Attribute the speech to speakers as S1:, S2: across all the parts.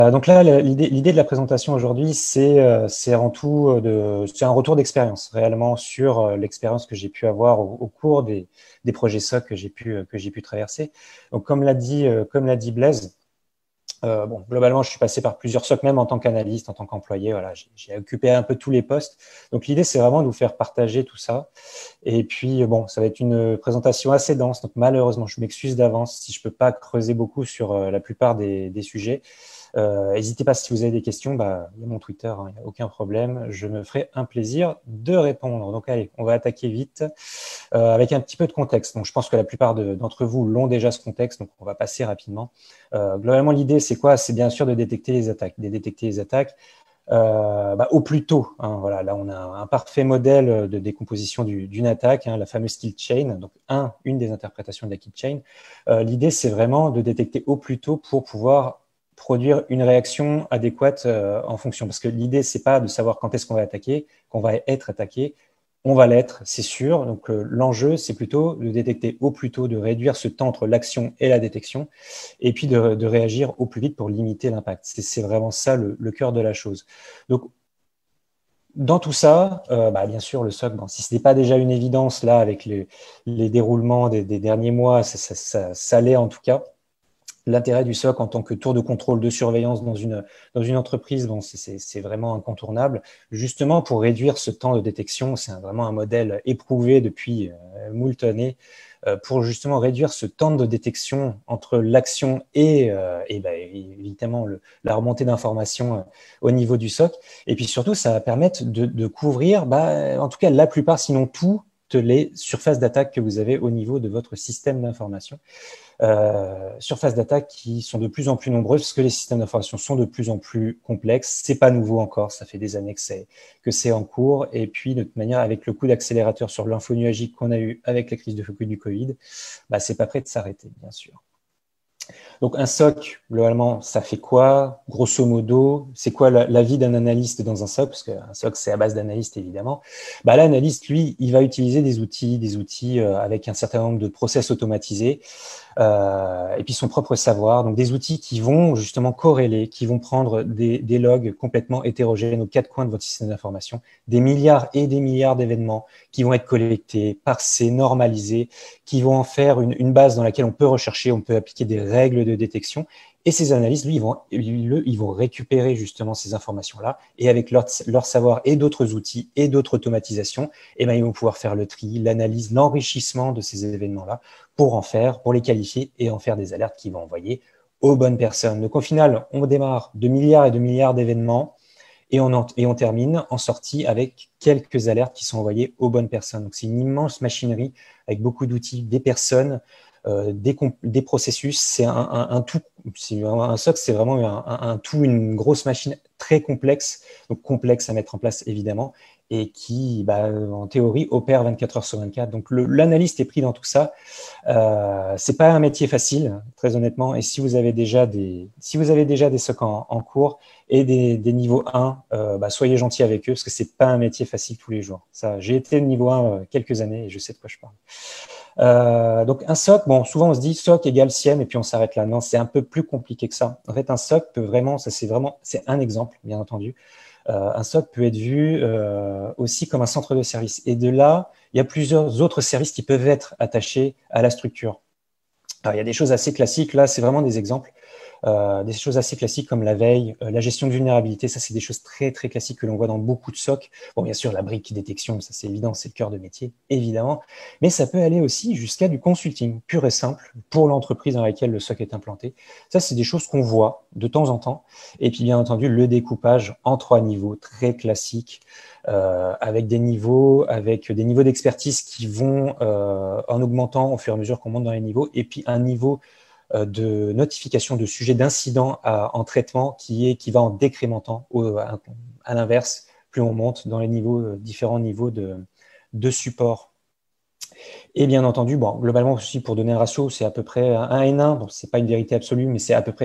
S1: Donc là, l'idée de la présentation aujourd'hui, c'est avant tout c'est un retour d'expérience réellement sur l'expérience que j'ai pu avoir au cours des projets SOC que j'ai pu traverser. Donc comme l'a dit Blaise, bon, globalement, je suis passé par plusieurs SOC, même en tant qu'analyste, en tant qu'employé. Voilà, j'ai occupé un peu tous les postes. Donc l'idée, c'est vraiment de vous faire partager tout ça. Et puis, bon, ça va être une présentation assez dense. Donc malheureusement, je m'excuse d'avance si je peux pas creuser beaucoup sur la plupart des sujets. N'hésitez pas, si vous avez des questions, bah, il y a mon Twitter, hein, il n'y a aucun problème. Je me ferai un plaisir de répondre. Donc allez, on va attaquer vite avec un petit peu de contexte. Donc je pense que la plupart d'entre vous l'ont déjà ce contexte, donc on va passer rapidement. Globalement, l'idée, c'est quoi? C'est bien sûr de détecter les attaques. Au plus tôt. Hein, voilà, là, on a un parfait modèle de décomposition d'une attaque, hein, la fameuse kill chain. Donc, une des interprétations de la kill chain. L'idée, c'est vraiment de détecter au plus tôt pour pouvoir produire une réaction adéquate en fonction. Parce que l'idée, c'est pas de savoir quand est-ce qu'on va attaquer, qu'on va être attaqué. On va l'être, c'est sûr. Donc, l'enjeu, c'est plutôt de détecter au plus tôt, de réduire ce temps entre l'action et la détection, et puis de réagir au plus vite pour limiter l'impact. C'est vraiment ça le cœur de la chose. Donc, dans tout ça, bien sûr, le SOC, bon, si ce n'est pas déjà une évidence, là, avec les déroulements des derniers mois, ça l'est en tout cas. L'intérêt du SOC en tant que tour de contrôle de surveillance dans une entreprise, bon, c'est vraiment incontournable. Justement, pour réduire ce temps de détection, c'est vraiment un modèle éprouvé depuis moult années pour justement réduire ce temps de détection entre l'action et évidemment la remontée d'informations au niveau du SOC. Et puis surtout, ça va permettre de couvrir, en tout cas la plupart, sinon toutes les surfaces d'attaque que vous avez au niveau de votre système d'information. Surfaces d'attaque qui sont de plus en plus nombreuses parce que les systèmes d'information sont de plus en plus complexes. C'est pas nouveau encore, ça fait des années que c'est en cours. Et puis, de toute manière, avec le coup d'accélérateur sur l'info nuagique qu'on a eu avec la crise du Covid, c'est pas prêt de s'arrêter, bien sûr. Donc, un SOC, globalement, ça fait quoi? Grosso modo, c'est quoi la vie d'un analyste dans un SOC? Parce qu'un SOC, c'est à base d'analystes, évidemment. L'analyste, lui, il va utiliser des outils avec un certain nombre de process automatisés. Et puis son propre savoir, donc des outils qui vont justement corréler, qui vont prendre des logs complètement hétérogènes aux quatre coins de votre système d'information, des milliards et des milliards d'événements qui vont être collectés, parsés, normalisés, qui vont en faire une base dans laquelle on peut rechercher, on peut appliquer des règles de détection. Et ces analystes, lui, ils vont récupérer justement ces informations-là et avec leur savoir et d'autres outils et d'autres automatisations, ils vont pouvoir faire le tri, l'analyse, l'enrichissement de ces événements-là pour les qualifier et en faire des alertes qui vont envoyer aux bonnes personnes. Donc au final, on démarre de milliards et de milliards d'événements et on termine en sortie avec quelques alertes qui sont envoyées aux bonnes personnes. Donc c'est une immense machinerie avec beaucoup d'outils, des personnes, des processus. C'est un tout. Un SOC, c'est vraiment un tout, une grosse machine très complexe, donc complexe à mettre en place évidemment, et qui, en théorie, opère 24 heures sur 24. Donc l'analyste est pris dans tout ça. C'est pas un métier facile, très honnêtement. Et si vous avez déjà des SOC en cours et des niveaux 1, soyez gentils avec eux parce que c'est pas un métier facile tous les jours. Ça, j'ai été niveau 1 quelques années et je sais de quoi je parle. Donc un SOC, bon, souvent on se dit SOC égale SIEM et puis on s'arrête là. Non, c'est un peu plus compliqué que ça. En fait, un SOC peut vraiment, c'est un exemple, bien entendu. Un SOC peut être vu aussi comme un centre de service. Et de là, il y a plusieurs autres services qui peuvent être attachés à la structure. Alors, il y a des choses assez classiques. Là, c'est vraiment des exemples. Des choses assez classiques comme la veille, la gestion de vulnérabilité, ça c'est des choses très très classiques que l'on voit dans beaucoup de SOC. Bon, bien sûr, la brique détection, ça c'est évident, c'est le cœur de métier, évidemment, mais ça peut aller aussi jusqu'à du consulting pur et simple pour l'entreprise dans laquelle le SOC est implanté. Ça, c'est des choses qu'on voit de temps en temps. Et puis, bien entendu, le découpage en 3 niveaux, très classique, avec des niveaux d'expertise qui vont en augmentant au fur et à mesure qu'on monte dans les niveaux, et puis un niveau de notification de sujets d'incidents en traitement qui va en décrémentant à l'inverse, plus on monte dans les différents niveaux de support. Et bien entendu, bon, globalement aussi pour donner un ratio, c'est à peu près 1 et 1. Bon, c'est pas une vérité absolue, mais c'est à peu près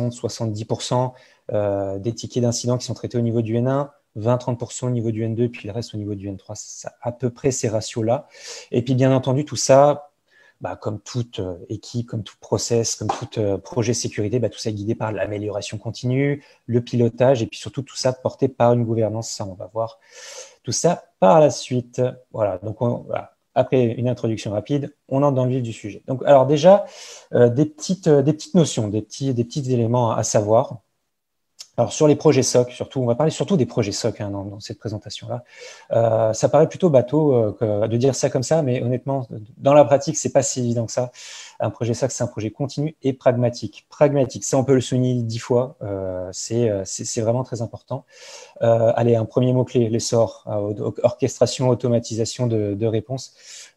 S1: 60-70% des tickets d'incidents qui sont traités au niveau du N1, 20-30% au niveau du N2, puis le reste au niveau du N3. C'est à peu près ces ratios-là. Et puis bien entendu, tout ça, comme toute équipe, comme tout process, comme tout projet sécurité, tout ça est guidé par l'amélioration continue, le pilotage et puis surtout tout ça porté par une gouvernance. Ça, on va voir tout ça par la suite. Voilà, donc voilà. Après une introduction rapide, on entre dans le vif du sujet. Donc, alors déjà, des petites notions, des petits éléments à savoir. Alors, sur les projets SOC, surtout, on va parler surtout des projets SOC dans cette présentation-là. Ça paraît plutôt bateau de dire ça comme ça, mais honnêtement, dans la pratique, c'est pas si évident que ça. Un projet SOC, c'est un projet continu et pragmatique. Pragmatique, ça, on peut le souligner 10 fois. C'est vraiment très important. Allez, un premier mot-clé, l'essor, orchestration, automatisation de réponses.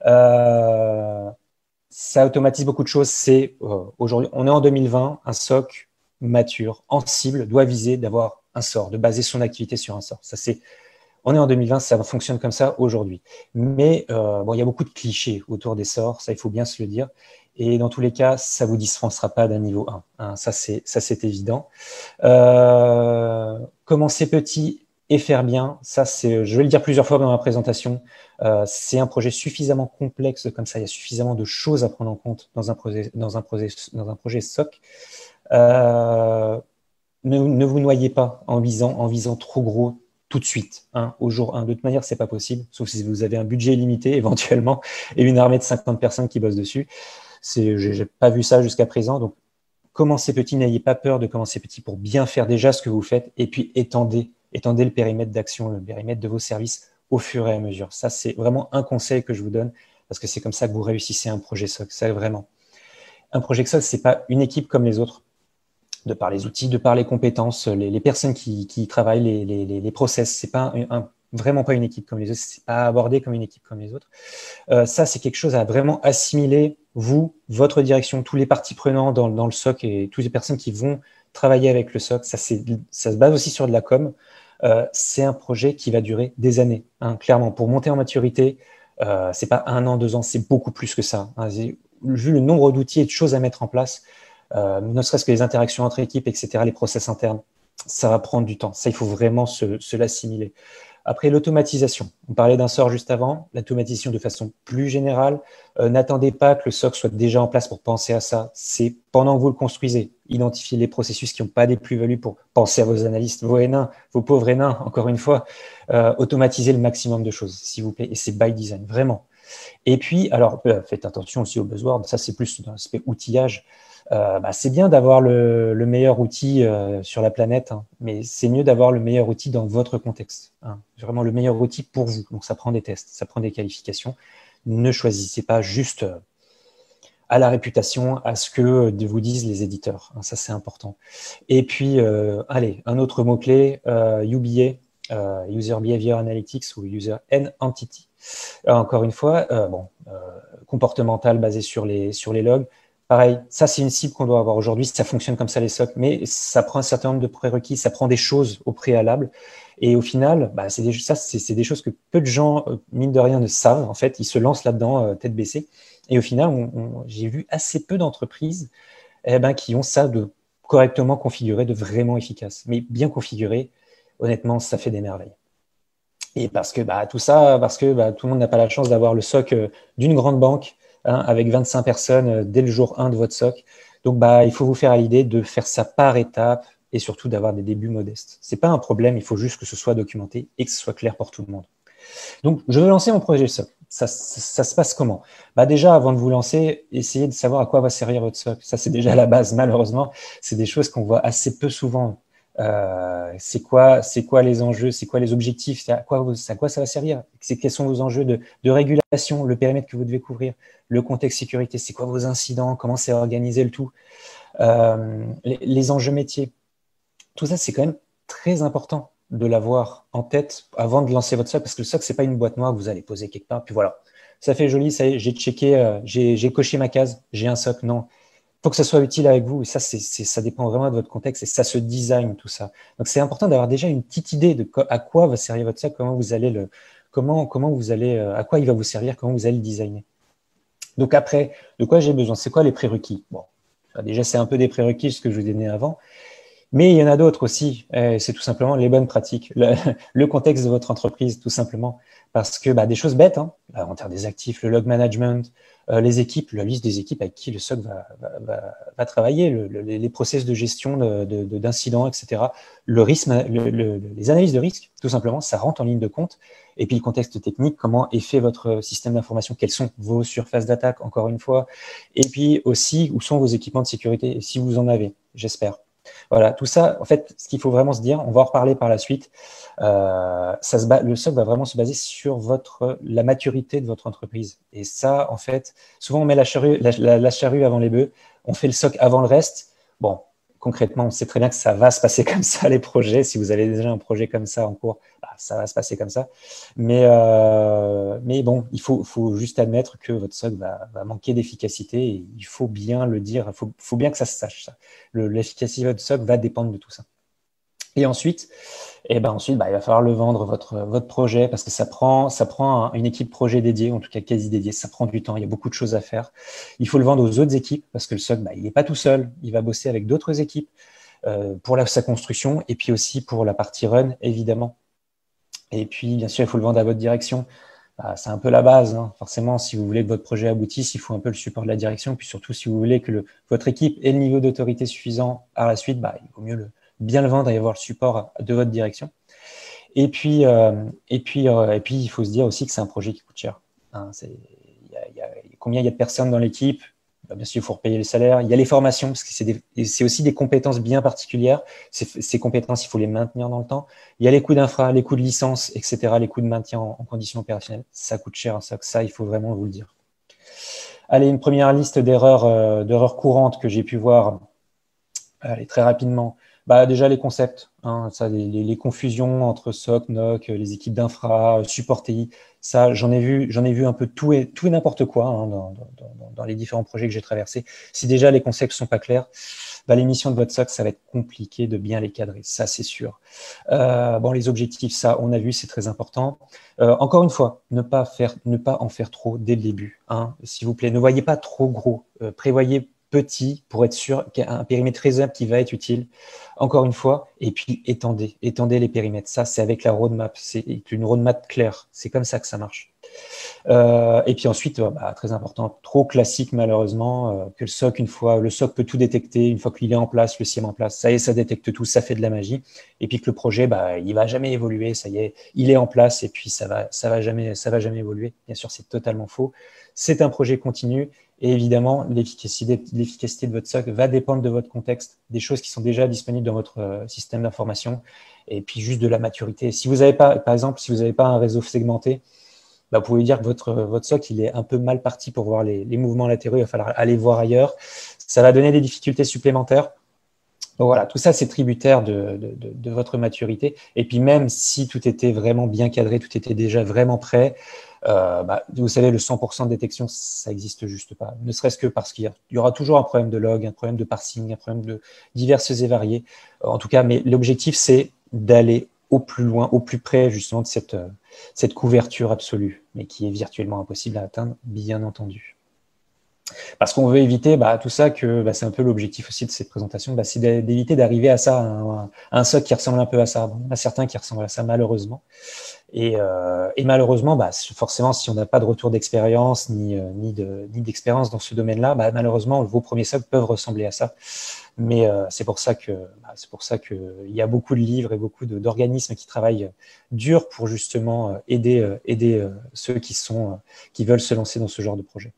S1: Ça automatise beaucoup de choses. C'est aujourd'hui, on est en 2020, un SOC mature, en cible, doit viser d'avoir un sort, de baser son activité sur un sort. Ça, on est en 2020, ça fonctionne comme ça aujourd'hui. Mais il y a beaucoup de clichés autour des sorts, ça, il faut bien se le dire. Et dans tous les cas, ça ne vous dispensera pas d'un niveau 1. Hein, ça, c'est évident. Commencer petit et faire bien, ça, je vais le dire plusieurs fois dans ma présentation, c'est un projet suffisamment complexe comme ça, il y a suffisamment de choses à prendre en compte dans un projet SOC. Ne vous noyez pas en visant trop gros tout de suite, au jour 1. De toute manière, c'est pas possible, sauf si vous avez un budget limité éventuellement et une armée de 50 personnes qui bossent dessus. J'ai pas vu ça jusqu'à présent. Donc, commencez petit, n'ayez pas peur de commencer petit pour bien faire déjà ce que vous faites et puis étendez le périmètre d'action, le périmètre de vos services au fur et à mesure. Ça, c'est vraiment un conseil que je vous donne parce que c'est comme ça que vous réussissez un projet SOC. C'est vraiment. Un projet SOC, c'est pas une équipe comme les autres. De par les outils, de par les compétences, les personnes qui travaillent, les process. C'est pas vraiment pas une équipe comme les autres. C'est pas abordé comme une équipe comme les autres. Ça, c'est quelque chose à vraiment assimiler, vous, votre direction, tous les parties prenantes dans le SOC et toutes les personnes qui vont travailler avec le SOC. Ça se base aussi sur de la com. C'est un projet qui va durer des années, clairement. Pour monter en maturité, c'est pas 1 an, 2 ans, c'est beaucoup plus que ça. Vu le nombre d'outils et de choses à mettre en place, ne serait-ce que les interactions entre équipes, etc., les process internes, ça va prendre du temps. Ça, il faut vraiment se l'assimiler. Après, l'automatisation. On parlait d'un sort juste avant. L'automatisation de façon plus générale. N'attendez pas que le SOC soit déjà en place pour penser à ça. C'est pendant que vous le construisez. Identifiez les processus qui n'ont pas des plus-values pour penser à vos analystes, vos N1, vos pauvres N1, encore une fois. Automatisez le maximum de choses, s'il vous plaît. Et c'est by design, vraiment. Et puis, alors, faites attention aussi aux buzzwords. Ça, c'est plus dans l'aspect outillage. C'est bien d'avoir le meilleur outil sur la planète, mais c'est mieux d'avoir le meilleur outil dans votre contexte. Vraiment le meilleur outil pour vous. Donc, ça prend des tests, ça prend des qualifications. Ne choisissez pas juste à la réputation, à ce que vous disent les éditeurs. Ça, c'est important. Et puis, allez, un autre mot-clé, UBA, User Behavior Analytics ou User Entity. Encore une fois, comportemental basé sur les logs. Pareil, ça, c'est une cible qu'on doit avoir aujourd'hui. Ça fonctionne comme ça, les SOC, mais ça prend un certain nombre de prérequis, ça prend des choses au préalable. Et au final, c'est des choses que peu de gens, mine de rien, ne savent. En fait, ils se lancent là-dedans, tête baissée. Et au final, j'ai vu assez peu d'entreprises qui ont ça de correctement configuré, de vraiment efficace. Mais bien configuré, honnêtement, ça fait des merveilles. Et parce que tout le monde n'a pas la chance d'avoir le SOC d'une grande banque, avec 25 personnes dès le jour 1 de votre SOC. Donc, il faut vous faire à l'idée de faire ça par étapes et surtout d'avoir des débuts modestes. C'est pas un problème, il faut juste que ce soit documenté et que ce soit clair pour tout le monde. Donc, je vais lancer mon projet SOC. Ça se passe comment? Déjà, avant de vous lancer, essayez de savoir à quoi va servir votre SOC. Ça, c'est déjà la base, malheureusement. C'est des choses qu'on voit assez peu souvent. C'est quoi les enjeux, c'est quoi les objectifs, à quoi ça va servir, quels sont vos enjeux de régulation, le périmètre que vous devez couvrir, le contexte sécurité, c'est quoi vos incidents, comment c'est organisé le tout, les enjeux métiers. Tout ça, c'est quand même très important de l'avoir en tête avant de lancer votre SOC, parce que le SOC, c'est pas une boîte noire que vous allez poser quelque part, puis voilà, ça fait joli, ça y est, j'ai checké, j'ai coché ma case, j'ai un SOC. Non, faut que ça soit utile avec vous. Et ça, ça dépend vraiment de votre contexte et ça se design, tout ça. Donc, c'est important d'avoir déjà une petite idée de à quoi va servir votre SOC, comment vous allez à quoi il va vous servir, comment vous allez le designer. Donc, après, de quoi j'ai besoin? C'est quoi les prérequis? Bon, déjà, c'est un peu des prérequis, ce que je vous ai donné avant. Mais il y en a d'autres aussi. C'est tout simplement les bonnes pratiques, le contexte de votre entreprise, tout simplement. Parce que des choses bêtes, hein, l'inventaire des actifs, le log management, les équipes, la liste des équipes avec qui le SOC va travailler, les process de gestion d'incidents, etc. Le risque, les analyses de risque, tout simplement, ça rentre en ligne de compte. Et puis le contexte technique, comment est fait votre système d'information, quelles sont vos surfaces d'attaque, encore une fois. Et puis aussi, où sont vos équipements de sécurité, si vous en avez, j'espère. Voilà, tout ça, en fait, ce qu'il faut vraiment se dire, on va en reparler par la suite, le SOC va vraiment se baser sur la maturité de votre entreprise. Et ça, en fait, souvent on met la charrue avant les bœufs, on fait le SOC avant le reste. Bon, concrètement, on sait très bien que ça va se passer comme ça, les projets. Si vous avez déjà un projet comme ça en cours, ça va se passer comme ça. Mais bon, il faut juste admettre que votre SOC va manquer d'efficacité et il faut bien le dire, il faut bien que ça se sache. Ça. L'efficacité de votre SOC va dépendre de tout ça. Et ensuite, il va falloir le vendre, votre projet, parce que ça prend une équipe projet dédiée, en tout cas quasi dédiée. Ça prend du temps, il y a beaucoup de choses à faire. Il faut le vendre aux autres équipes, parce que le SOC, il n'est pas tout seul. Il va bosser avec d'autres équipes pour sa construction, et puis aussi pour la partie run, évidemment. Et puis, bien sûr, il faut le vendre à votre direction. C'est un peu la base. Hein. Forcément, si vous voulez que votre projet aboutisse, il faut un peu le support de la direction. Puis surtout, si vous voulez que votre équipe ait le niveau d'autorité suffisant à la suite, il vaut mieux bien le vendre et avoir le support de votre direction. Et puis, il faut se dire aussi que c'est un projet qui coûte cher. Hein, combien il y a de personnes dans l'équipe? Bien sûr, il faut repayer les salaires. Il y a les formations, parce que c'est aussi des compétences bien particulières. Ces compétences, il faut les maintenir dans le temps. Il y a les coûts d'infra, les coûts de licence, etc., les coûts de maintien en conditions opérationnelles. Ça coûte cher, ça, il faut vraiment vous le dire. Allez, une première liste d'erreurs courantes que j'ai pu voir. Allez, très rapidement. Déjà, les concepts, hein, ça, les confusions entre SOC, NOC, les équipes d'infra, support TI, ça, j'en ai vu un peu tout et n'importe quoi hein, dans les différents projets que j'ai traversés. Si déjà les concepts sont pas clairs, les missions de votre SOC, ça va être compliqué de bien les cadrer, ça c'est sûr. Les objectifs, ça, on a vu, c'est très important. Encore une fois, ne pas en faire trop dès le début, hein, s'il vous plaît. Ne voyez pas trop gros, prévoyez petit pour être sûr qu'il y a un périmètre raisonnable qui va être utile. Encore une fois, et puis étendez les périmètres. Ça, c'est avec la roadmap. C'est une roadmap claire. C'est comme ça que ça marche. Et puis ensuite, très important, trop classique malheureusement, que le SOC, le SOC peut tout détecter. Une fois qu'il est en place, le SIEM en place, ça y est, ça détecte tout, ça fait de la magie. Et puis que le projet, il va jamais évoluer. Ça y est, il est en place et puis ça va jamais évoluer. Bien sûr, c'est totalement faux. C'est un projet continu. Et évidemment, l'efficacité de votre SOC va dépendre de votre contexte, des choses qui sont déjà disponibles dans votre système d'information, et puis juste de la maturité. Si vous n'avez pas, par exemple, si vous n'avez pas un réseau segmenté, vous pouvez dire que votre SOC il est un peu mal parti pour voir les mouvements latéraux. Il va falloir aller voir ailleurs. Ça va donner des difficultés supplémentaires. Donc voilà, tout ça, c'est tributaire de votre maturité. Et puis même si tout était vraiment bien cadré, tout était déjà vraiment prêt, vous savez, le 100% de détection, ça n'existe juste pas. Ne serait-ce que parce qu'il y aura toujours un problème de log, un problème de parsing, un problème de diverses et variés. En tout cas, mais l'objectif, c'est d'aller au plus loin, au plus près justement de cette couverture absolue, mais qui est virtuellement impossible à atteindre, bien entendu. Parce qu'on veut éviter tout ça, c'est un peu l'objectif aussi de cette présentation, c'est d'éviter d'arriver à ça, à un SOC qui ressemble un peu à ça. Bon, il y en a certains qui ressemblent à ça malheureusement. Et malheureusement, forcément, si on n'a pas de retour d'expérience ni d'expérience dans ce domaine-là, malheureusement, vos premiers SOC peuvent ressembler à ça. Mais c'est pour ça que il y a beaucoup de livres et beaucoup d'organismes qui travaillent dur pour justement aider ceux qui veulent se lancer dans ce genre de projet.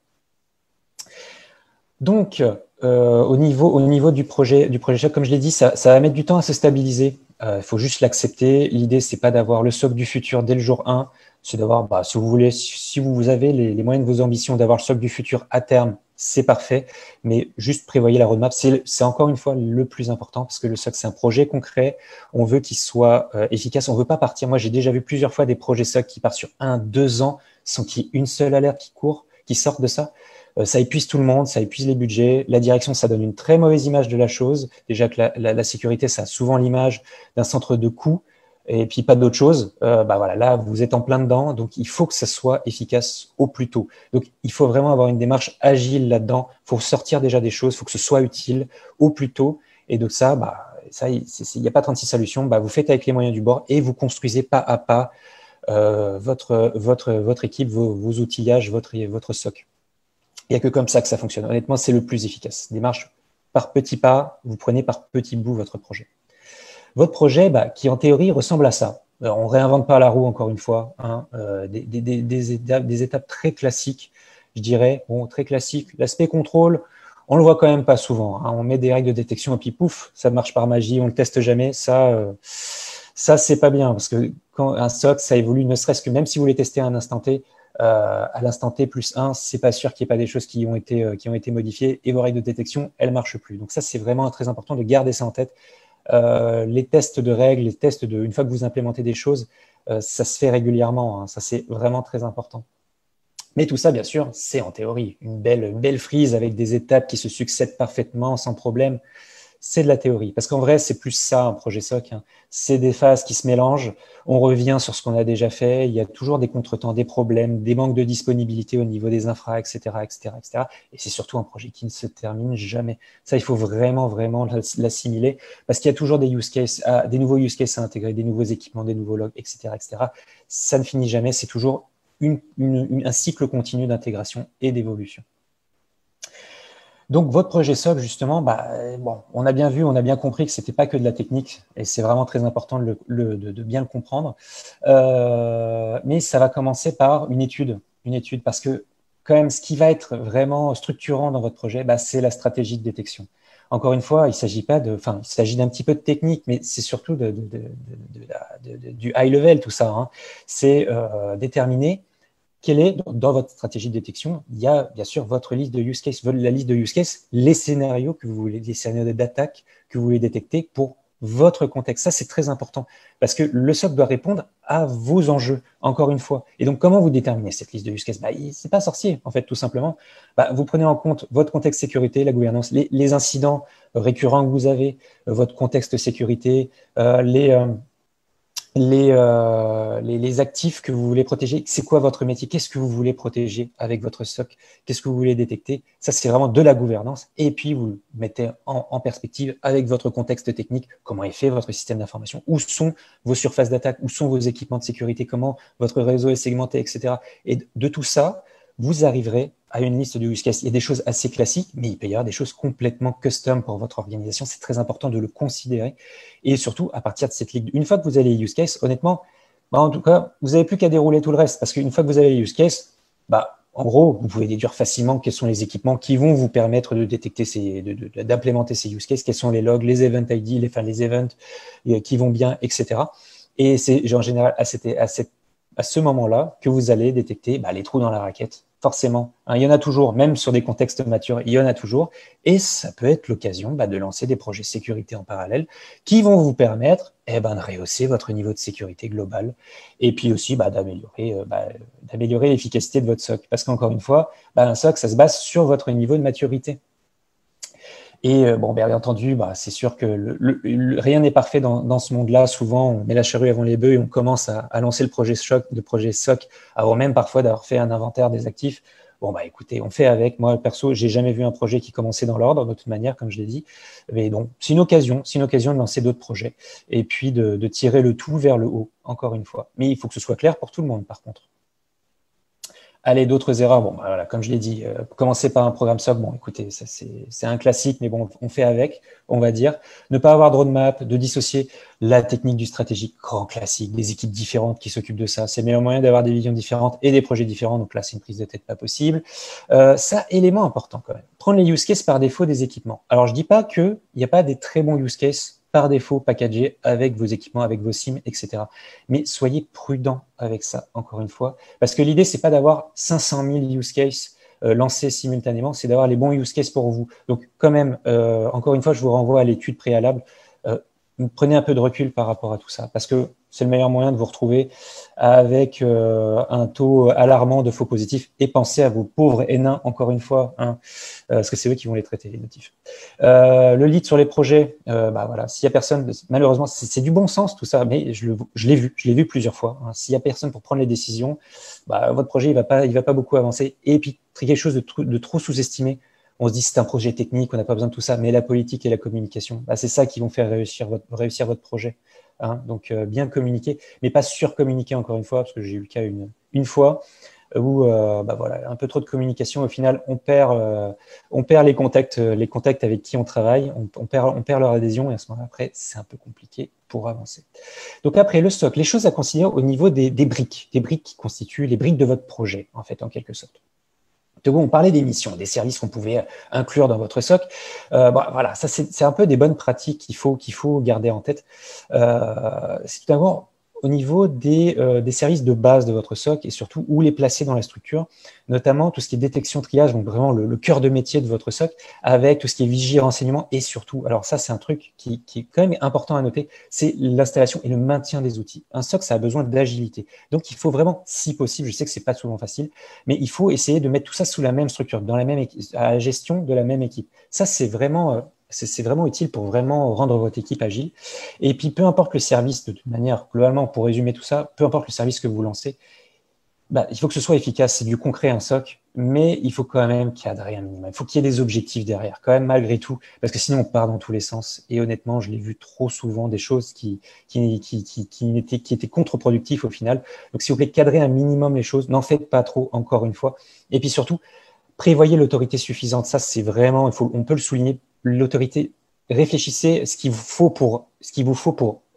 S1: Donc, au niveau du projet SOC, comme je l'ai dit, ça va mettre du temps à se stabiliser. Il faut juste l'accepter. L'idée, c'est pas d'avoir le SOC du futur dès le jour 1. C'est d'avoir, si vous voulez, si vous avez les moyens de vos ambitions d'avoir le SOC du futur à terme, c'est parfait. Mais juste prévoyez la roadmap. C'est encore une fois le plus important parce que le SOC, c'est un projet concret. On veut qu'il soit efficace. On veut pas partir. Moi, j'ai déjà vu plusieurs fois des projets SOC qui partent sur 1-2 ans sans qu'il y ait une seule alerte qui sorte de ça. Ça épuise tout le monde, ça épuise les budgets. La direction, ça donne une très mauvaise image de la chose. Déjà que la sécurité, ça a souvent l'image d'un centre de coût et puis pas d'autre chose. Là, vous êtes en plein dedans, donc il faut que ça soit efficace au plus tôt. Donc, il faut vraiment avoir une démarche agile là-dedans. Il faut sortir déjà des choses, il faut que ce soit utile au plus tôt. Et donc ça, il n'y a pas 36 solutions. Vous faites avec les moyens du bord et vous construisez pas à pas votre équipe, vos outillages, votre SOC. Il n'y a que comme ça que ça fonctionne. Honnêtement, c'est le plus efficace. Démarche par petits pas, vous prenez par petits bouts votre projet. Votre projet, qui en théorie ressemble à ça. On ne réinvente pas la roue, encore une fois, hein, des étapes très classiques, je dirais. Bon, très classiques. L'aspect contrôle, on le voit quand même pas souvent, hein. On met des règles de détection et puis pouf, ça marche par magie, on le teste jamais. Ça c'est pas bien parce que quand un SOC, ça évolue, ne serait-ce que même si vous les testez à un instant T, à l'instant T plus 1, c'est pas sûr qu'il n'y ait pas des choses qui ont été modifiées et vos règles de détection, elles marchent plus. Donc ça, c'est vraiment très important de garder ça en tête. Les tests de règles, les tests une fois que vous implémentez des choses, ça se fait régulièrement, hein. Ça, c'est vraiment très important. Mais tout ça, bien sûr, c'est en théorie. Une belle frise avec des étapes qui se succèdent parfaitement, sans problème. C'est de la théorie. Parce qu'en vrai, c'est plus ça, un projet SOC, hein. C'est des phases qui se mélangent. On revient sur ce qu'on a déjà fait. Il y a toujours des contretemps, des problèmes, des manques de disponibilité au niveau des infras, etc., etc., etc. Et c'est surtout un projet qui ne se termine jamais. Ça, il faut vraiment, vraiment l'assimiler. Parce qu'il y a toujours des use cases, des nouveaux use cases à intégrer, des nouveaux équipements, des nouveaux logs, etc., etc. Ça ne finit jamais. C'est toujours un cycle continu d'intégration et d'évolution. Donc, votre projet SOC, justement, bon, on a bien vu, on a bien compris que c'était pas que de la technique, et c'est vraiment très important de bien le comprendre. Mais ça va commencer par une étude, parce que quand même, ce qui va être vraiment structurant dans votre projet, c'est la stratégie de détection. Encore une fois, il s'agit pas il s'agit d'un petit peu de technique, mais c'est surtout du high level, tout ça, hein. C'est déterminer quelle est, dans votre stratégie de détection, il y a bien sûr votre liste de use cases, la liste de use cases, les scénarios que vous voulez, les scénarios d'attaque que vous voulez détecter pour votre contexte. Ça, c'est très important parce que le SOC doit répondre à vos enjeux, encore une fois. Et donc, comment vous déterminez cette liste de use cases? C'est pas sorcier, en fait, tout simplement. Vous prenez en compte votre contexte sécurité, la gouvernance, les incidents récurrents que vous avez, votre contexte sécurité, les actifs que vous voulez protéger. C'est quoi votre métier? Qu'est-ce que vous voulez protéger avec votre SOC? Qu'est-ce que vous voulez détecter? Ça, c'est vraiment de la gouvernance. Et puis, vous le mettez en perspective avec votre contexte technique. Comment est fait votre système d'information? Où sont vos surfaces d'attaque? Où sont vos équipements de sécurité? Comment votre réseau est segmenté, etc. Et de tout ça, vous arriverez à une liste de use cases. Il y a des choses assez classiques, mais il peut y avoir des choses complètement custom pour votre organisation. C'est très important de le considérer. Et surtout, à partir de cette ligne, une fois que vous avez les use cases, honnêtement, en tout cas, vous n'avez plus qu'à dérouler tout le reste. Parce qu'une fois que vous avez les use cases, en gros, vous pouvez déduire facilement quels sont les équipements qui vont vous permettre de détecter d'implémenter ces use cases, quels sont les logs, les event ID, les events qui vont bien, etc. Et c'est en général à ce moment-là que vous allez détecter les trous dans la raquette. Forcément, hein, il y en a toujours, même sur des contextes matures, il y en a toujours. Et ça peut être l'occasion de lancer des projets sécurité en parallèle qui vont vous permettre de rehausser votre niveau de sécurité global et puis aussi d'améliorer l'efficacité de votre SOC. Parce qu'encore une fois, un SOC, ça se base sur votre niveau de maturité. Et bien entendu, c'est sûr que rien n'est parfait dans ce monde-là. Souvent, on met la charrue avant les bœufs et on commence à lancer le projet SOC avant même parfois d'avoir fait un inventaire des actifs. Écoutez, on fait avec. Moi, perso, j'ai jamais vu un projet qui commençait dans l'ordre, de toute manière, comme je l'ai dit. Mais donc, c'est une occasion de lancer d'autres projets et puis de tirer le tout vers le haut, encore une fois. Mais il faut que ce soit clair pour tout le monde, par contre. Allez, d'autres erreurs. Voilà, comme je l'ai dit, commencer par un programme SOC, écoutez, ça c'est un classique, mais bon, on fait avec, on va dire. Ne pas avoir de roadmap, de dissocier la technique du stratégique, grand classique, des équipes différentes qui s'occupent de ça. C'est le meilleur moyen d'avoir des visions différentes et des projets différents. Donc là, c'est une prise de tête pas possible. Ça, élément important quand même. Prendre les use cases par défaut des équipements. Alors, je dis pas qu'il n'y a pas des très bons use cases par défaut packagés avec vos équipements, avec vos SIM, etc. Mais soyez prudent avec ça, encore une fois, parce que l'idée, c'est pas d'avoir 500 000 use cases lancés simultanément, c'est d'avoir les bons use cases pour vous. Donc, quand même, encore une fois, je vous renvoie à l'étude préalable. Prenez un peu de recul par rapport à tout ça, parce que c'est le meilleur moyen de vous retrouver avec un taux alarmant de faux positifs. Et pensez à vos pauvres nains, encore une fois, hein, parce que c'est eux qui vont les traiter, les notifs. Le lead sur les projets, voilà, s'il y a personne, malheureusement, c'est du bon sens tout ça, mais je l'ai vu plusieurs fois. Hein. S'il y a personne pour prendre les décisions, votre projet il va pas beaucoup avancer. Et puis quelque chose de trop sous-estimé. On se dit c'est un projet technique, on n'a pas besoin de tout ça, mais la politique et la communication, c'est ça qui vont faire réussir votre projet. hein, donc bien communiquer, mais pas surcommuniquer encore une fois, parce que j'ai eu le cas une fois où voilà, un peu trop de communication, au final, on perd les contacts avec qui on travaille, on perd leur adhésion, et à ce moment-là, après, c'est un peu compliqué pour avancer. Donc après, le stock, les choses à considérer au niveau des briques qui constituent les briques de votre projet, en fait, en quelque sorte. De on parlait des missions, des services qu'on pouvait inclure dans votre SOC. Voilà, ça c'est un peu des bonnes pratiques qu'il faut garder en tête. C'est tout d'abord au niveau des services de base de votre SOC et surtout où les placer dans la structure, notamment tout ce qui est détection, triage, donc vraiment le cœur de métier de votre SOC, avec tout ce qui est vigie, renseignement et surtout, alors ça c'est un truc qui est quand même important à noter, c'est l'installation et le maintien des outils. Un SOC, ça a besoin d'agilité. Donc il faut vraiment, si possible, je sais que c'est pas souvent facile, mais il faut essayer de mettre tout ça sous la même structure, dans la même à la gestion de la même équipe. Ça, c'est vraiment utile pour vraiment rendre votre équipe agile. Et puis, peu importe le service, de toute manière, globalement, pour résumer tout ça, peu importe le service que vous lancez, il faut que ce soit efficace. C'est du concret, un SOC, mais il faut quand même cadrer un minimum. Il faut qu'il y ait des objectifs derrière, quand même, malgré tout, parce que sinon, on part dans tous les sens. Et honnêtement, je l'ai vu trop souvent, des choses qui étaient contre-productives au final. Donc, s'il vous plaît, cadrez un minimum les choses. N'en faites pas trop, encore une fois. Et puis surtout, prévoyez l'autorité suffisante. Ça, c'est vraiment, on peut le souligner, l'autorité. Réfléchissez ce qu'il vous faut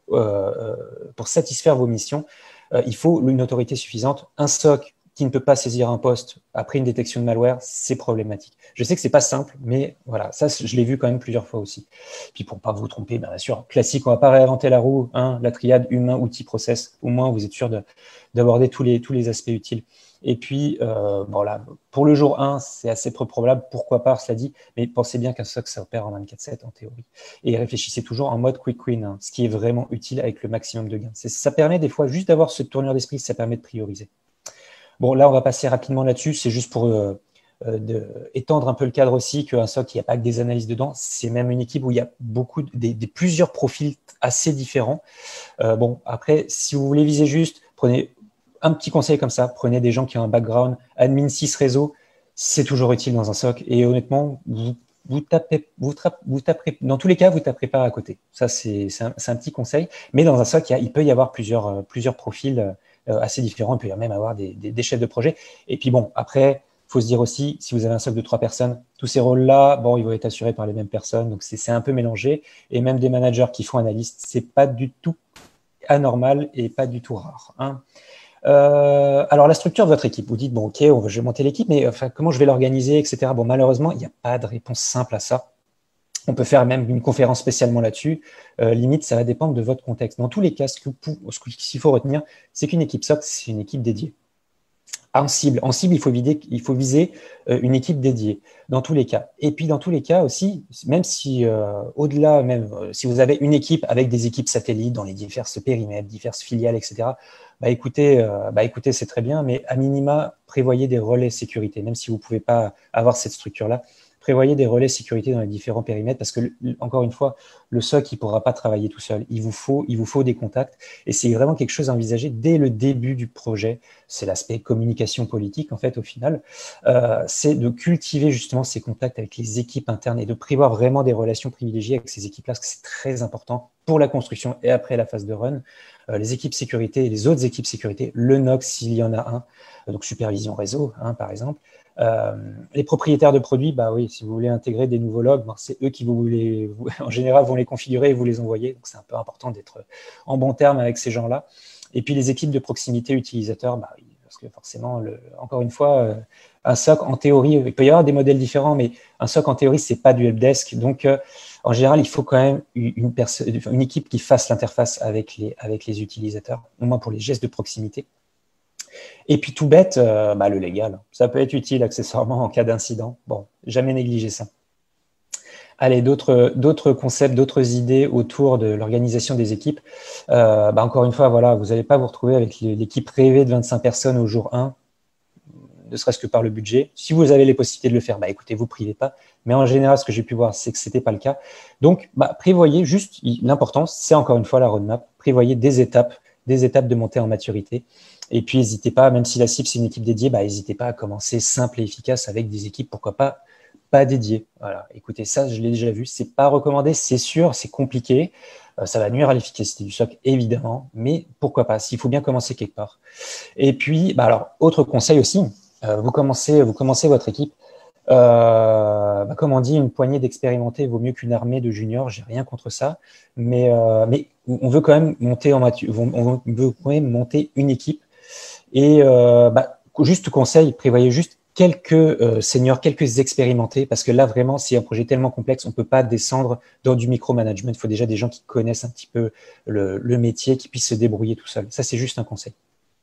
S1: pour satisfaire vos missions. Il faut une autorité suffisante. Un SOC qui ne peut pas saisir un poste après une détection de malware, c'est problématique. Je sais que c'est pas simple, mais voilà, ça, je l'ai vu quand même plusieurs fois aussi. Puis pour pas vous tromper, bien sûr, classique, on va pas réinventer la roue, hein, la triade humain, outil, process. Au moins, vous êtes sûr d'aborder tous les aspects utiles. Et puis, voilà, pour le jour 1, c'est assez peu probable, pourquoi pas, cela dit, mais pensez bien qu'un SOC, ça opère en 24/7 en théorie. Et réfléchissez toujours en mode quick win, hein, ce qui est vraiment utile avec le maximum de gains. Ça permet des fois juste d'avoir ce tournure d'esprit, ça permet de prioriser. Bon, là, on va passer rapidement là-dessus, c'est juste pour étendre un peu le cadre aussi, qu'un SOC, il n'y a pas que des analyses dedans, c'est même une équipe où il y a plusieurs profils assez différents. Bon, après, si vous voulez viser juste, prenez un petit conseil comme ça, prenez des gens qui ont un background admin 6 réseau, c'est toujours utile dans un SOC. Et honnêtement, vous taperez, dans tous les cas, vous ne taperez pas à côté. Ça, c'est un petit conseil. Mais dans un SOC, il peut y avoir plusieurs profils assez différents. Il peut y même avoir des chefs de projet. Et puis bon, après, il faut se dire aussi, si vous avez un SOC de 3 personnes, tous ces rôles-là, bon, ils vont être assurés par les mêmes personnes. Donc, c'est un peu mélangé. Et même des managers qui font analyste, c'est pas du tout anormal et pas du tout rare, hein. Alors, la structure de votre équipe, vous dites, bon, ok, je vais monter l'équipe, mais enfin, comment je vais l'organiser, etc. Bon, malheureusement, il n'y a pas de réponse simple à ça. On peut faire même une conférence spécialement là-dessus. Limite, ça va dépendre de votre contexte. Dans tous les cas, ce qu'il faut retenir, c'est qu'une équipe SOC, c'est une équipe dédiée. En cible, il faut viser une équipe dédiée dans tous les cas. Et puis dans tous les cas aussi, même si au-delà, même si vous avez une équipe avec des équipes satellites dans les diverses périmètres, diverses filiales, etc. Écoutez, c'est très bien, mais à minima, prévoyez des relais sécurité, même si vous ne pouvez pas avoir cette structure-là. Prévoyez des relais sécurité dans les différents périmètres parce que, encore une fois, le SOC, il ne pourra pas travailler tout seul. Il vous faut des contacts et c'est vraiment quelque chose à envisager dès le début du projet. C'est l'aspect communication politique, en fait, au final. C'est de cultiver justement ces contacts avec les équipes internes et de prévoir vraiment des relations privilégiées avec ces équipes-là, parce que c'est très important pour la construction et après la phase de run. Les équipes sécurité et les autres équipes sécurité, le NOC s'il y en a un, donc supervision réseau, hein, par exemple. Les propriétaires de produits, oui, si vous voulez intégrer des nouveaux logs, c'est eux qui en général vont les configurer et vous les envoyer. Donc c'est un peu important d'être en bon terme avec ces gens-là. Et puis les équipes de proximité utilisateurs, oui, parce que forcément, encore une fois, un SOC en théorie, il peut y avoir des modèles différents, mais un SOC en théorie, c'est pas du helpdesk. Donc en général, il faut quand même une équipe qui fasse l'interface avec les utilisateurs, au moins pour les gestes de proximité. Et puis tout bête, le légal. Ça peut être utile accessoirement en cas d'incident. Bon, jamais négliger ça. Allez, d'autres concepts, d'autres idées autour de l'organisation des équipes. Encore une fois, voilà, vous n'allez pas vous retrouver avec l'équipe rêvée de 25 personnes au jour 1, ne serait-ce que par le budget. Si vous avez les possibilités de le faire, écoutez, vous ne privez pas. Mais en général, ce que j'ai pu voir, c'est que ce n'était pas le cas. Donc, prévoyez juste, l'important, c'est encore une fois la roadmap, prévoyez des étapes de montée en maturité. Et puis, n'hésitez pas, même si la cible, c'est une équipe dédiée, n'hésitez pas à commencer simple et efficace avec des équipes, pourquoi pas dédiées. Voilà, écoutez, ça, je l'ai déjà vu, c'est pas recommandé, c'est sûr, c'est compliqué. Ça va nuire à l'efficacité du SOC, évidemment, mais pourquoi pas, s'il faut bien commencer quelque part. Et puis, alors, autre conseil aussi, vous commencez votre équipe. Comme on dit, une poignée d'expérimentés vaut mieux qu'une armée de juniors. J'ai rien contre ça, mais on veut quand même monter on veut quand même monter une équipe. Et juste conseil, prévoyez juste quelques seniors, quelques expérimentés, parce que là vraiment, c'est un projet tellement complexe, on peut pas descendre dans du micromanagement. Il faut déjà des gens qui connaissent un petit peu le métier, qui puissent se débrouiller tout seul. Ça, c'est juste un conseil.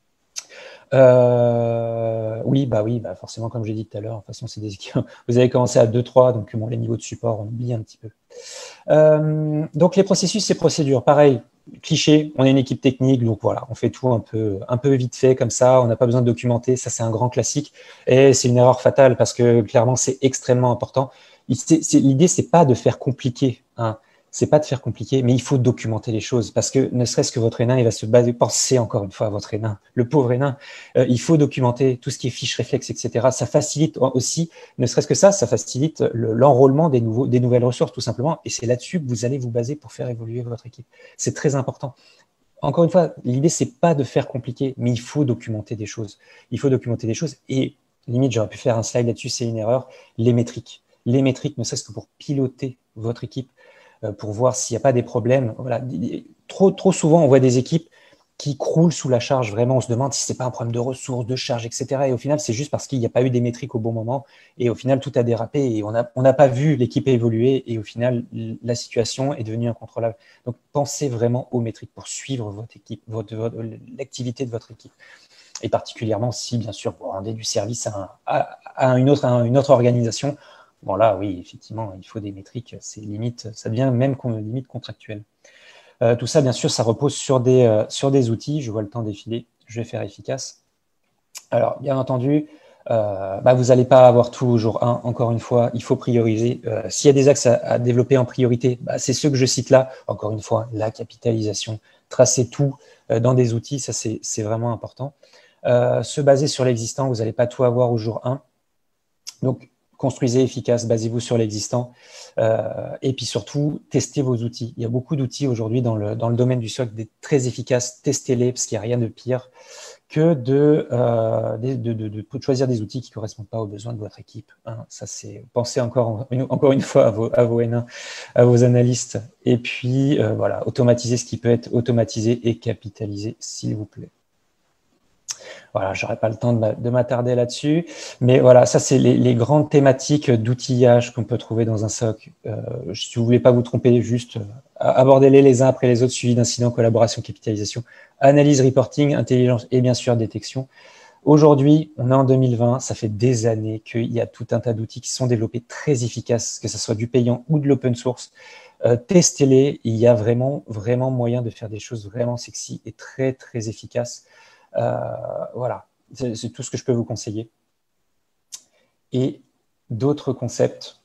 S1: Oui, forcément, comme j'ai dit tout à l'heure, de toute façon, c'est des équipes. Vous avez commencé à 2-3, donc bon, les niveaux de support, on oublie un petit peu. Donc les processus et procédures, pareil, cliché, on est une équipe technique, donc voilà, on fait tout un peu vite fait comme ça, on n'a pas besoin de documenter, ça c'est un grand classique, et c'est une erreur fatale parce que clairement c'est extrêmement important. L'idée, c'est pas de faire compliqué, hein. C'est pas de faire compliqué, mais il faut documenter les choses parce que ne serait-ce que votre énain, il va se baser, pensez encore une fois à votre énain, le pauvre énain, il faut documenter tout ce qui est fiche réflexe, etc. Ça facilite aussi, ne serait-ce que ça facilite l'enrôlement des nouvelles ressources tout simplement, et c'est là-dessus que vous allez vous baser pour faire évoluer votre équipe. C'est très important. Encore une fois, l'idée, c'est pas de faire compliqué, mais il faut documenter des choses. Il faut documenter des choses, et limite, j'aurais pu faire un slide là-dessus, c'est une erreur, les métriques. Les métriques, ne serait-ce que pour piloter votre équipe, pour voir s'il n'y a pas des problèmes. Voilà. Trop souvent, on voit des équipes qui croulent sous la charge. Vraiment, on se demande si ce n'est pas un problème de ressources, de charge, etc. Et au final, c'est juste parce qu'il n'y a pas eu des métriques au bon moment. Et au final, tout a dérapé et on n'a pas vu l'équipe évoluer. Et au final, la situation est devenue incontrôlable. Donc, pensez vraiment aux métriques pour suivre votre équipe, l'activité de votre équipe. Et particulièrement si, bien sûr, vous rendez du service à une autre organisation. Bon, là, oui, effectivement, il faut des métriques. C'est limite, ça devient même limite contractuel. Tout ça, bien sûr, ça repose sur des outils. Je vois le temps défiler. Je vais faire efficace. Alors, bien entendu, vous n'allez pas avoir tout au jour 1. Encore une fois, il faut prioriser. S'il y a des axes à développer en priorité, c'est ceux que je cite là. Encore une fois, la capitalisation, tracer tout dans des outils, ça, c'est vraiment important. Se baser sur l'existant, vous n'allez pas tout avoir au jour 1. Donc, construisez efficace, basez-vous sur l'existant. Et puis surtout, testez vos outils. Il y a beaucoup d'outils aujourd'hui dans le domaine du SOC, des très efficaces. Testez-les, parce qu'il n'y a rien de pire que de choisir des outils qui ne correspondent pas aux besoins de votre équipe. Hein. Ça, c'est pensez encore une fois à vos N1, à vos analystes. Et puis, voilà, automatisez ce qui peut être automatisé et capitalisé, s'il vous plaît. Voilà, j'aurais pas le temps de m'attarder là-dessus, mais voilà, ça c'est les grandes thématiques d'outillage qu'on peut trouver dans un SOC. Si vous voulez pas vous tromper, juste abordez-les les uns après les autres, suivi d'incidents, collaboration, capitalisation, analyse, reporting, intelligence et bien sûr détection. Aujourd'hui, on est en 2020, ça fait des années qu'il y a tout un tas d'outils qui sont développés très efficaces, que ce soit du payant ou de l'open source. Testez-les, il y a vraiment moyen de faire des choses vraiment sexy et très très efficaces. Voilà, c'est tout ce que je peux vous conseiller. Et d'autres concepts,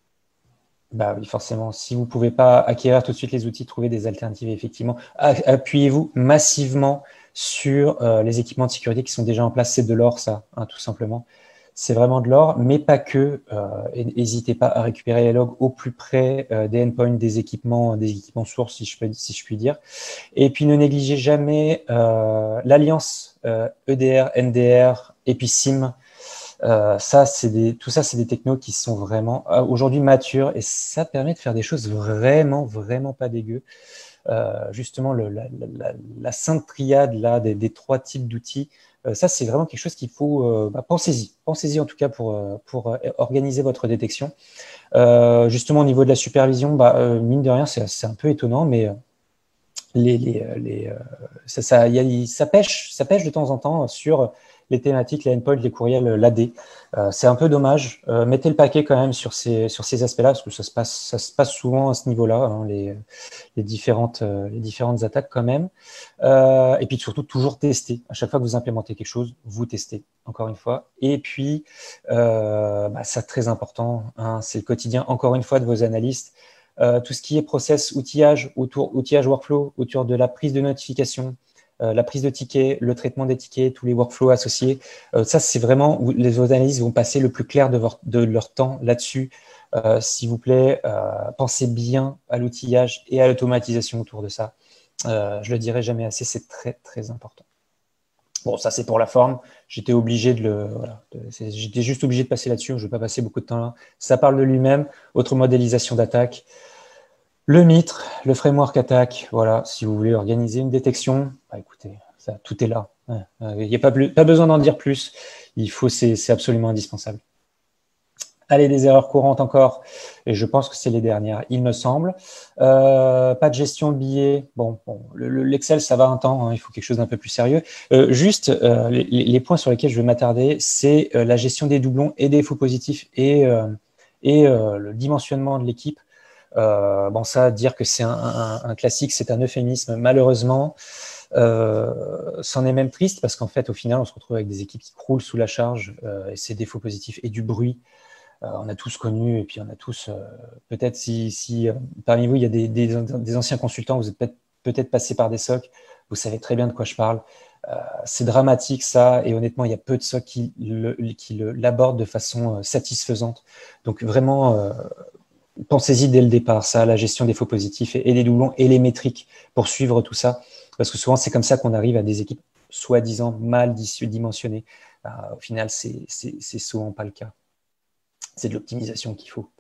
S1: oui, forcément, si vous ne pouvez pas acquérir tout de suite les outils, trouver des alternatives, effectivement. Appuyez-vous massivement sur les équipements de sécurité qui sont déjà en place. C'est de l'or, ça, hein, tout simplement. C'est vraiment de l'or, mais pas que. N'hésitez pas à récupérer les logs au plus près des endpoints, des équipements sources, si je puis dire. Et puis, ne négligez jamais l'alliance EDR, NDR et puis SIM. Tout ça, c'est des technos qui sont vraiment aujourd'hui matures et ça permet de faire des choses vraiment pas dégueu. Justement, la sainte triade là, des trois types d'outils, ça, c'est vraiment quelque chose qu'il faut... pensez-y. Pensez-y en tout cas pour organiser votre détection. Justement, au niveau de la supervision, mine de rien, c'est un peu étonnant, mais ça pêche de temps en temps sur les thématiques, les endpoints, les courriels, l'AD. C'est un peu dommage. Mettez le paquet quand même sur ces aspects-là, parce que ça se passe souvent à ce niveau-là, hein, les différentes attaques quand même. Et puis surtout, toujours tester. À chaque fois que vous implémentez quelque chose, vous testez, encore une fois. Et puis, ça, très important, hein, c'est le quotidien, encore une fois, de vos analystes. Tout ce qui est process, outillage workflow, autour de la prise de notification, la prise de tickets, le traitement des tickets, tous les workflows associés. Ça, c'est vraiment où les analystes vont passer le plus clair de leur temps là-dessus. S'il vous plaît, pensez bien à l'outillage et à l'automatisation autour de ça. Je le dirai jamais assez, c'est très, très important. Bon, ça, c'est pour la forme. J'étais obligé j'étais juste obligé de passer là-dessus. Je ne vais pas passer beaucoup de temps là. Ça parle de lui-même. Autre modélisation d'attaque. Le MITRE, le framework attaque. Voilà, si vous voulez organiser une détection, écoutez, ça, tout est là. Il n'y a pas besoin d'en dire plus. C'est absolument indispensable. Allez, des erreurs courantes encore, et je pense que c'est les dernières, il me semble. Pas de gestion de billets. Bon, l'Excel, ça va un temps, hein, il faut quelque chose d'un peu plus sérieux. Les points sur lesquels je vais m'attarder, c'est la gestion des doublons et des faux positifs et le dimensionnement de l'équipe. Bon, ça, dire que c'est un classique, c'est un euphémisme, malheureusement. C'en est même triste parce qu'en fait, au final, on se retrouve avec des équipes qui croulent sous la charge et ces défauts positifs et du bruit. On a tous connu, et puis on a tous, peut-être si parmi vous, il y a des anciens consultants, vous êtes peut-être passés par des SOC, vous savez très bien de quoi je parle. C'est dramatique ça, et honnêtement, il y a peu de SOC qui l'abordent de façon satisfaisante. Donc vraiment, pensez-y dès le départ, ça, la gestion des faux positifs et des doublons et les métriques pour suivre tout ça, parce que souvent c'est comme ça qu'on arrive à des équipes soi-disant mal dimensionnées. Au final, c'est souvent pas le cas. C'est de l'optimisation qu'il faut.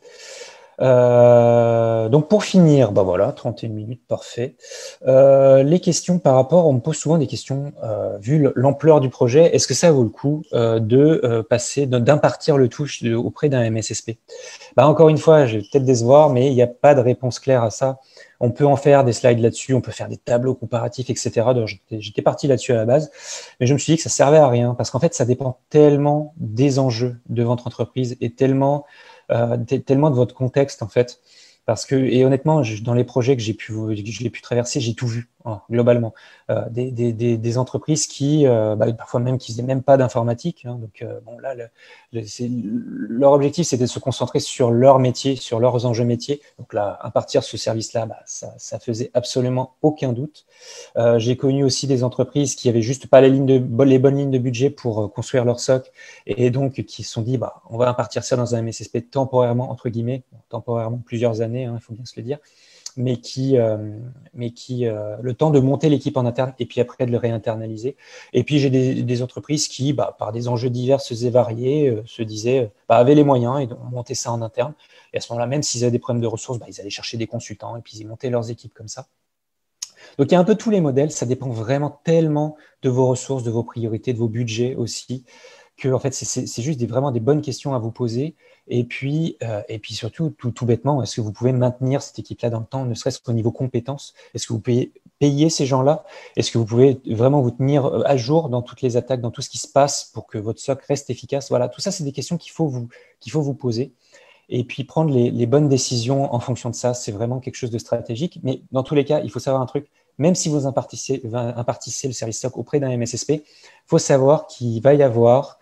S1: Donc pour finir, voilà, 31 minutes, parfait. Les questions par rapport, on me pose souvent des questions, vu l'ampleur du projet, est-ce que ça vaut le coup d'impartir le touche auprès d'un MSSP? Encore une fois, je vais peut-être décevoir, mais il n'y a pas de réponse claire à ça. On peut en faire des slides là-dessus, on peut faire des tableaux comparatifs, etc. Donc, j'étais parti là-dessus à la base, mais je me suis dit que ça servait à rien parce qu'en fait, ça dépend tellement des enjeux de votre entreprise et tellement de votre contexte en fait. Parce que, et honnêtement, dans les projets que j'ai pu traverser, j'ai tout vu, hein, globalement. Des entreprises qui, parfois même, qui faisaient même pas d'informatique. Hein, donc, là, leur objectif, c'était de se concentrer sur leur métier, sur leurs enjeux métiers. Donc là, impartir ce service-là, ça faisait absolument aucun doute. J'ai connu aussi des entreprises qui avaient juste pas les bonnes lignes de budget pour construire leur SOC et donc qui se sont dit, on va impartir ça dans un MSSP temporairement, entre guillemets, temporairement plusieurs années, hein, il faut bien se le dire, mais qui le temps de monter l'équipe en interne et puis après de le réinternaliser. Et puis j'ai des entreprises qui, par des enjeux divers et variés, se disaient, avaient les moyens et donc monter ça en interne. Et à ce moment-là, même s'ils avaient des problèmes de ressources, ils allaient chercher des consultants et puis ils montaient leurs équipes comme ça. Donc il y a un peu tous les modèles, ça dépend vraiment tellement de vos ressources, de vos priorités, de vos budgets aussi, que en fait c'est juste vraiment des bonnes questions à vous poser. Et puis surtout, tout bêtement, est-ce que vous pouvez maintenir cette équipe-là dans le temps, ne serait-ce qu'au niveau compétences? Est-ce que vous pouvez payer ces gens-là? Est-ce que vous pouvez vraiment vous tenir à jour dans toutes les attaques, dans tout ce qui se passe pour que votre SOC reste efficace? Voilà, tout ça, c'est des questions qu'il faut vous poser. Et puis prendre les bonnes décisions en fonction de ça, c'est vraiment quelque chose de stratégique. Mais dans tous les cas, il faut savoir un truc, même si vous impartissez le service SOC auprès d'un MSSP, il faut savoir qu'il va y avoir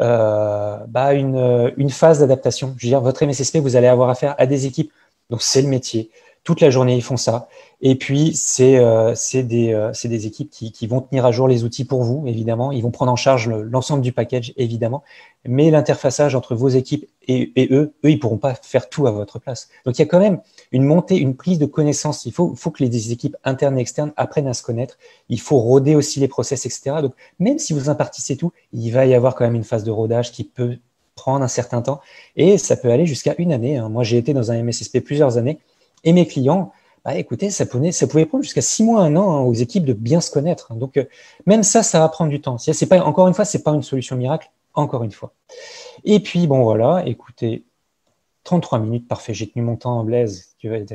S1: une phase d'adaptation. Je veux dire, votre MSSP, vous allez avoir affaire à des équipes, donc c'est le métier. Toute la journée, ils font ça. Et puis, c'est des équipes qui vont tenir à jour les outils pour vous, évidemment. Ils vont prendre en charge l'ensemble du package, évidemment. Mais l'interfaçage entre vos équipes et eux, ils pourront pas faire tout à votre place. Donc, il y a quand même une montée, une prise de connaissances. Il faut que les équipes internes et externes apprennent à se connaître. Il faut roder aussi les process, etc. Donc, même si vous impartissez tout, il va y avoir quand même une phase de rodage qui peut prendre un certain temps. Et ça peut aller jusqu'à une année. Hein. Moi, j'ai été dans un MSSP plusieurs années. Et mes clients, écoutez, ça pouvait prendre jusqu'à 6 mois, 1 an aux équipes de bien se connaître. Donc, même ça va prendre du temps. Encore une fois, ce n'est pas une solution miracle, encore une fois. Et puis, bon, voilà, écoutez, 33 minutes, parfait, j'ai tenu mon temps en Blaise.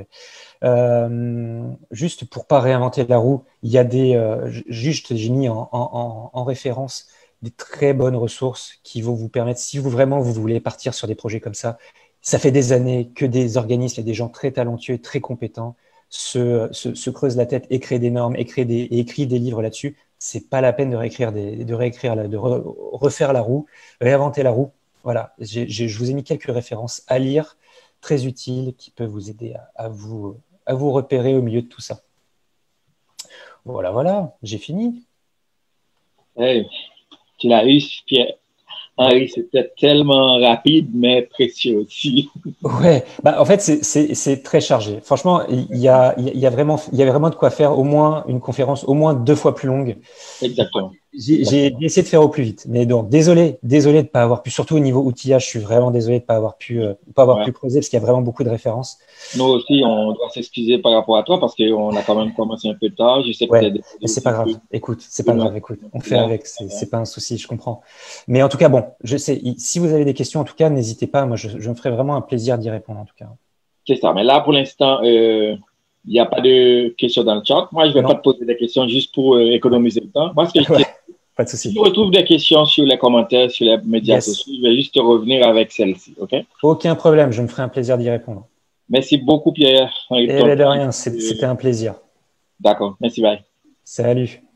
S1: Juste pour ne pas réinventer la roue, il y a j'ai mis en référence des très bonnes ressources qui vont vous permettre, si vous voulez partir sur des projets comme ça fait des années que des organismes et des gens très talentueux, très compétents se creusent la tête, et créent des normes, et écrivent des livres là-dessus. C'est pas la peine de refaire la roue, réinventer la roue. Voilà, je vous ai mis quelques références à lire, très utiles, qui peuvent vous aider à vous repérer au milieu de tout ça. Voilà, j'ai fini.
S2: Hey, tu l'as eu, Pierre. Henri, c'était tellement rapide, mais précieux aussi.
S1: Ouais, bah en fait c'est très chargé. Franchement, il y a vraiment de quoi faire au moins une conférence au moins 2 fois plus longue.
S2: Exactement.
S1: J'ai
S2: Exactement.
S1: essayé de faire au plus vite, mais donc désolé de pas avoir pu, surtout au niveau outillage, je suis vraiment désolé de pas avoir
S2: Ouais.
S1: pu creuser parce qu'il y a vraiment beaucoup de références.
S2: Nous aussi, on doit s'excuser par rapport à toi parce qu'on a quand même commencé un peu tard. Je sais que tu as
S1: Ouais,
S2: des
S1: mais c'est pas
S2: aussi
S1: grave. Écoute, c'est pas
S2: de
S1: grave. Écoute, on fait
S2: là.
S1: avec. C'est pas un souci, je comprends. Mais en tout cas, bon, je sais. Si vous avez des questions, en tout cas, n'hésitez pas. Moi, je me ferai vraiment un plaisir d'y répondre, en tout cas.
S2: C'est ça. Mais là, pour l'instant, il n'y a pas de questions dans le chat. Moi, je ne vais pas
S1: Non,
S2: te poser des questions juste pour
S1: ouais,
S2: économiser le temps. Moi, ce que je
S1: ouais,
S2: sais,
S1: pas de
S2: si
S1: souci.
S2: je retrouve des questions sur les commentaires, sur les médias
S1: Yes,
S2: sociaux, je vais juste te revenir avec celles-ci. OK?
S1: aucun problème. Je me ferai un plaisir d'y répondre.
S2: Merci beaucoup, Pierre, de
S1: Eh
S2: ton
S1: ben de
S2: temps.
S1: rien, c'était un plaisir.
S2: D'accord. Merci, bye.
S1: Salut.